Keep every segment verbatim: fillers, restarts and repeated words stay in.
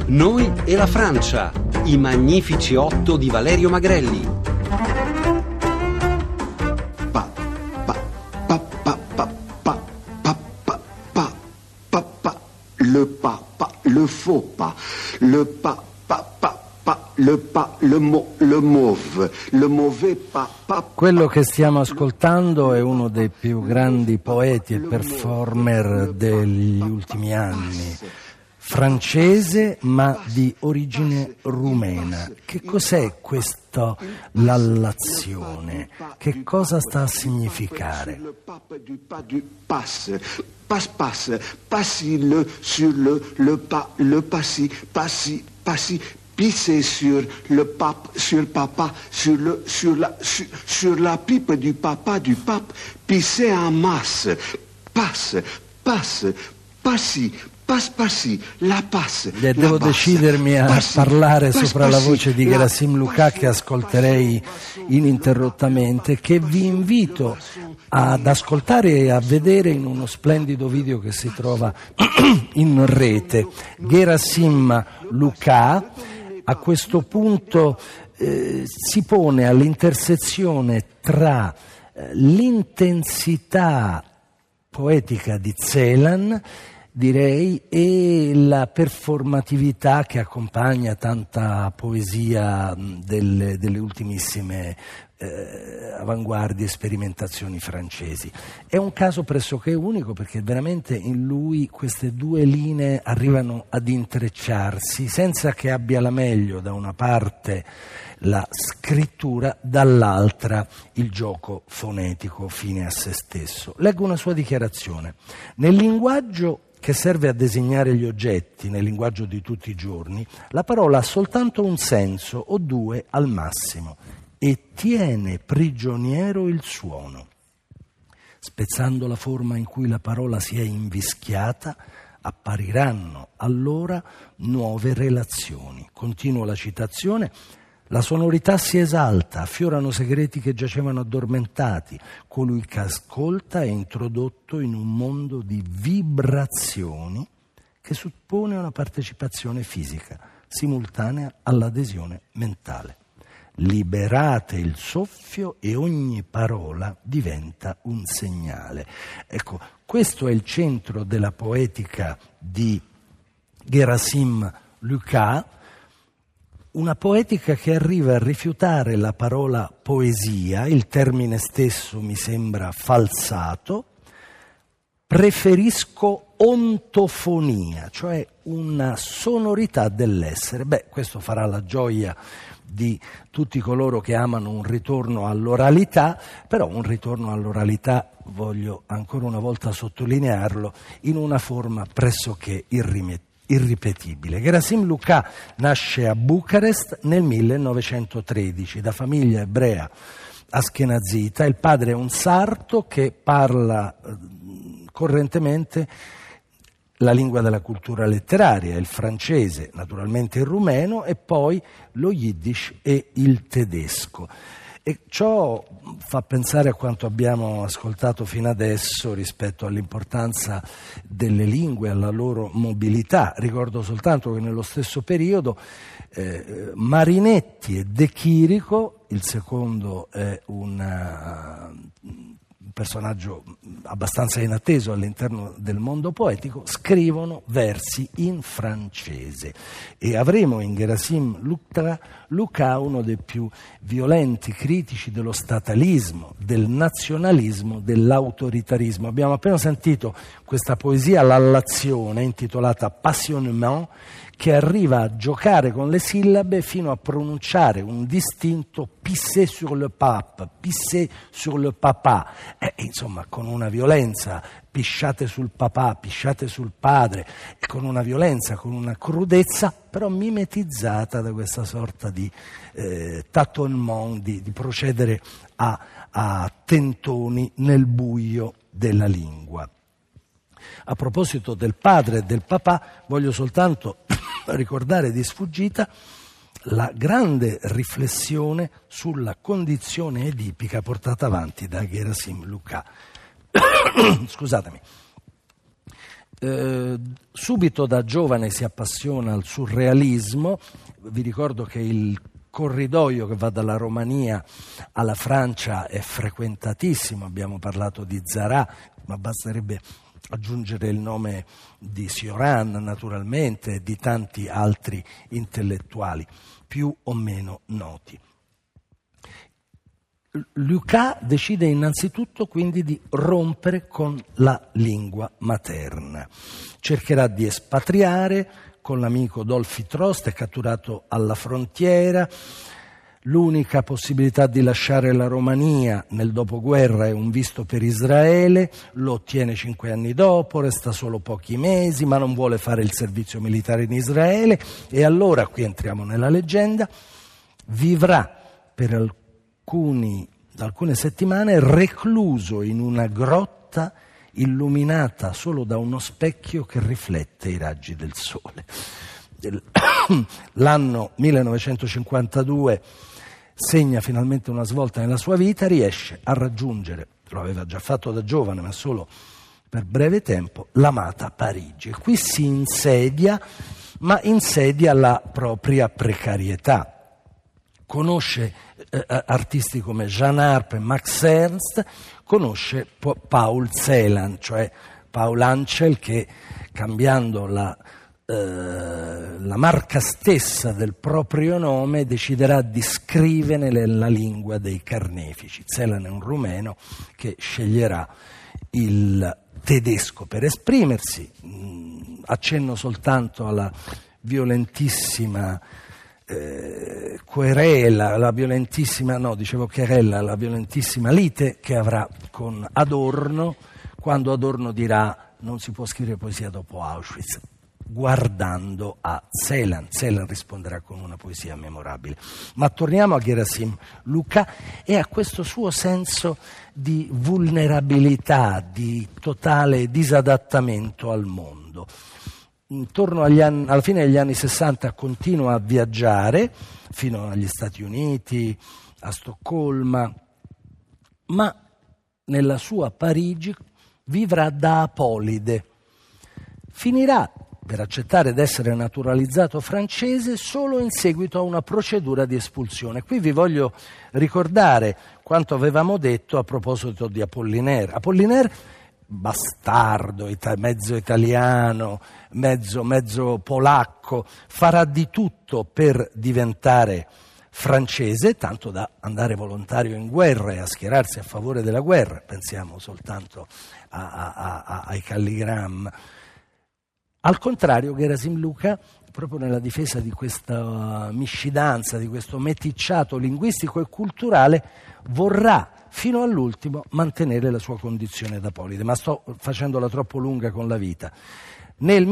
Noi e la Francia, i magnifici otto di Valerio Magrelli. Pa, pa, pa, pa, pa, pa, pa, pa, pa, pa, pa, le pa, pa, le faux pas, le pa, pa, pa, pa, le pa, le mo, le mauve, le mauvais pa, pa. Quello che stiamo ascoltando è uno dei più grandi poeti e performer degli ultimi anni. Francese ma di origine rumena. Che cos'è questa lallazione? Che cosa sta a significare? Passe, passe, passi le, sur le, le pas, le passi, passi, passi, pisser sur le pape, sur papa, sur le, sur la, sur, sur la pipe du papa, du pape, pisser en masse, passe, passe, passi. Pas, passi, la passe, Beh, devo la decidermi a passi, parlare pas, sopra la passi, voce di la Gerasim Luca, che ascolterei ininterrottamente, che vi invito ad ascoltare e a vedere in uno splendido video che si trova in rete. Gerasim Luca a questo punto eh, si pone all'intersezione tra eh, l'intensità poetica di Celan, direi, e la performatività che accompagna tanta poesia delle, delle ultimissime eh, avanguardie, sperimentazioni francesi. È un caso pressoché unico, perché veramente in lui queste due linee arrivano ad intrecciarsi senza che abbia la meglio da una parte la scrittura, dall'altra il gioco fonetico fine a se stesso. Leggo una sua dichiarazione. Nel linguaggio che serve a designare gli oggetti, nel linguaggio di tutti i giorni, la parola ha soltanto un senso o due al massimo e tiene prigioniero il suono. Spezzando la forma in cui la parola si è invischiata, appariranno allora nuove relazioni. Continuo la citazione. La sonorità si esalta, affiorano segreti che giacevano addormentati. Colui che ascolta è introdotto in un mondo di vibrazioni che suppone una partecipazione fisica, simultanea all'adesione mentale. Liberate il soffio e ogni parola diventa un segnale. Ecco, questo è il centro della poetica di Gerasim Luca, una poetica che arriva a rifiutare la parola poesia, il termine stesso mi sembra falsato. Preferisco ontofonia, cioè una sonorità dell'essere. Beh, questo farà la gioia di tutti coloro che amano un ritorno all'oralità, però un ritorno all'oralità, voglio ancora una volta sottolinearlo, in una forma pressoché irrimettibile. irripetibile. Gerasim Luca nasce a Bucarest nel millenovecentotredici da famiglia ebrea askenazita. Il padre è un sarto che parla eh, correntemente la lingua della cultura letteraria, il francese, naturalmente il rumeno e poi lo yiddish e il tedesco. E ciò fa pensare a quanto abbiamo ascoltato fino adesso rispetto all'importanza delle lingue, alla loro mobilità. Ricordo soltanto che nello stesso periodo eh, Marinetti e De Chirico, il secondo è una, un personaggio abbastanza inatteso all'interno del mondo poetico, scrivono versi in francese e avremo in Gerasim Luca, Luca uno dei più violenti critici dello statalismo, del nazionalismo, dell'autoritarismo. Abbiamo appena sentito questa poesia lallazione intitolata Passionnement, che arriva a giocare con le sillabe fino a pronunciare un distinto pisser sur le pape, pisser sur le papa, eh, insomma con una violenza, pisciate sul papà, pisciate sul padre, e con una violenza, con una crudezza, però mimetizzata da questa sorta di eh, tâtonnement, di, di procedere a, a tentoni nel buio della lingua. A proposito del padre e del papà, voglio soltanto ricordare di sfuggita la grande riflessione sulla condizione edipica portata avanti da Gerasim Luca. Scusatemi. Eh, subito da giovane si appassiona al surrealismo. Vi ricordo che il corridoio che va dalla Romania alla Francia è frequentatissimo, abbiamo parlato di Zarà, ma basterebbe aggiungere il nome di Cioran, naturalmente, e di tanti altri intellettuali più o meno noti. Lucas decide innanzitutto quindi di rompere con la lingua materna. Cercherà di espatriare con l'amico Dolphy Trost, è catturato alla frontiera. L'unica possibilità di lasciare la Romania nel dopoguerra è un visto per Israele, lo ottiene cinque anni dopo, resta solo pochi mesi, ma non vuole fare il servizio militare in Israele e allora, qui entriamo nella leggenda, vivrà per alcuni, alcune settimane recluso in una grotta illuminata solo da uno specchio che riflette i raggi del sole. L'anno millenovecentocinquantadue segna finalmente una svolta nella sua vita, riesce a raggiungere, lo aveva già fatto da giovane ma solo per breve tempo, l'amata Parigi. E qui si insedia, ma insedia la propria precarietà. Conosce eh, artisti come Jean Arp e Max Ernst, conosce po- Paul Celan, cioè Paul Anschel, che cambiando la, eh, la marca stessa del proprio nome deciderà di scrivere nella lingua dei carnefici. Celan è un rumeno che sceglierà il tedesco per esprimersi. Mm, accenno soltanto alla violentissima Eh, querela, la violentissima, no, dicevo querela, la violentissima lite che avrà con Adorno, quando Adorno dirà non si può scrivere poesia dopo Auschwitz, guardando a Celan. Celan risponderà con una poesia memorabile. Ma torniamo a Gherasim Lucas e a questo suo senso di vulnerabilità, di totale disadattamento al mondo. Intorno agli anni, alla fine degli anni sessanta continua a viaggiare fino agli Stati Uniti, a Stoccolma, ma nella sua Parigi vivrà da apolide. Finirà per accettare di essere naturalizzato francese solo in seguito a una procedura di espulsione. Qui vi voglio ricordare quanto avevamo detto a proposito di Apollinaire. Apollinaire, bastardo, ita- mezzo italiano, mezzo, mezzo polacco, farà di tutto per diventare francese, tanto da andare volontario in guerra e a schierarsi a favore della guerra. Pensiamo soltanto a, a, a, ai Calligram. Al contrario, Gherasim Lucas, proprio nella difesa di questa miscidanza, di questo meticciato linguistico e culturale, vorrà fino all'ultimo mantenere la sua condizione d'apolide. Ma sto facendola troppo lunga con la vita. Nel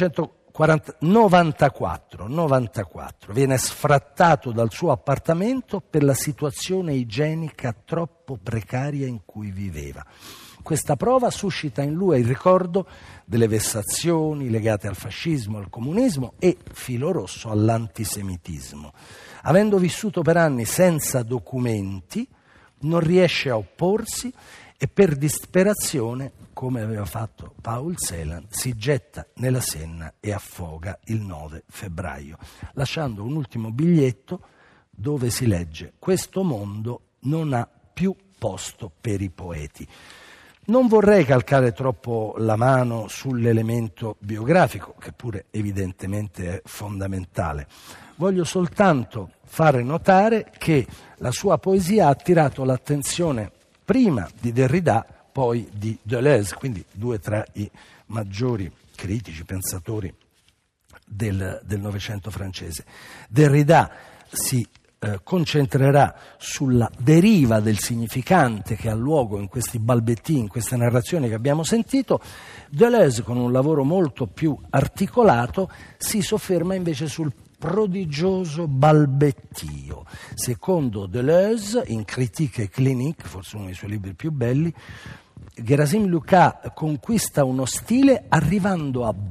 millenovecentonovantaquattro viene sfrattato dal suo appartamento per la situazione igienica troppo precaria in cui viveva. Questa prova suscita in lui il ricordo delle vessazioni legate al fascismo, al comunismo e, filo rosso, all'antisemitismo. Avendo vissuto per anni senza documenti, non riesce a opporsi e per disperazione, come aveva fatto Paul Celan, si getta nella Senna e affoga il nove febbraio, lasciando un ultimo biglietto dove si legge: questo mondo non ha più posto per i poeti. Non vorrei calcare troppo la mano sull'elemento biografico, che pure evidentemente è fondamentale. Voglio soltanto fare notare che la sua poesia ha attirato l'attenzione prima di Derrida, poi di Deleuze, quindi due tra i maggiori critici, pensatori del, del Novecento francese. Derrida si eh, concentrerà sulla deriva del significante che ha luogo in questi balbettini, in queste narrazioni che abbiamo sentito. Deleuze, con un lavoro molto più articolato, si sofferma invece sul prodigioso balbettio. Secondo Deleuze, in Critique clinique, forse uno dei suoi libri più belli, Gherasim Lucas conquista uno stile arrivando a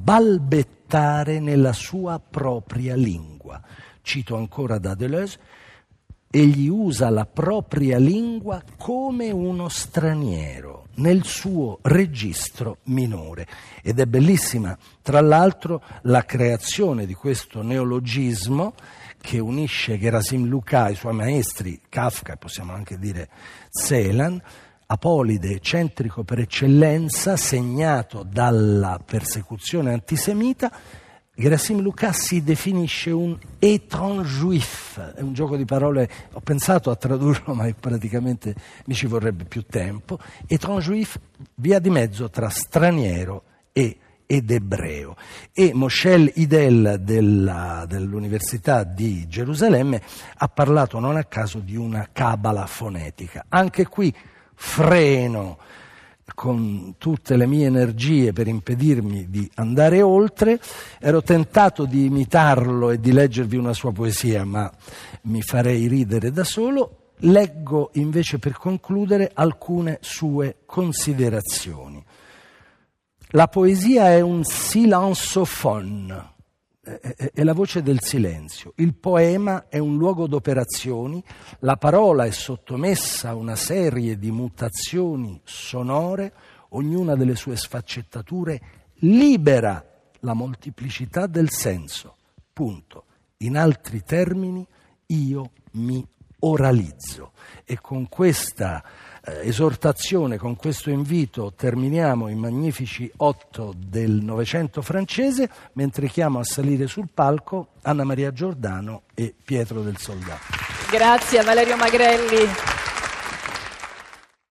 balbettare nella sua propria lingua. Cito ancora da Deleuze: egli usa la propria lingua come uno straniero nel suo registro minore. Ed è bellissima, tra l'altro, la creazione di questo neologismo che unisce Gerasim Luká ai suoi maestri, Kafka e possiamo anche dire Celan, apolide, eccentrico per eccellenza, segnato dalla persecuzione antisemita. Gerasim Luká si definisce un étrange juif, è un gioco di parole, ho pensato a tradurlo ma praticamente mi ci vorrebbe più tempo. Étrange juif, via di mezzo tra straniero e ed ebreo. E Moshe Idel della, dell'Università di Gerusalemme ha parlato non a caso di una cabala fonetica. Anche qui freno con tutte le mie energie per impedirmi di andare oltre. Ero tentato di imitarlo e di leggervi una sua poesia, ma mi farei ridere da solo. Leggo invece, per concludere, alcune sue considerazioni. La poesia è un silenzophone, è la voce del silenzio. Il poema è un luogo d'operazioni, la parola è sottomessa a una serie di mutazioni sonore, ognuna delle sue sfaccettature libera la moltiplicità del senso. Punto. In altri termini, io mi oralizzo. E con questa eh, esortazione, con questo invito, terminiamo i magnifici otto del Novecento francese, mentre chiamo a salire sul palco Anna Maria Giordano e Pietro del Soldato. Grazie a Valerio Magrelli.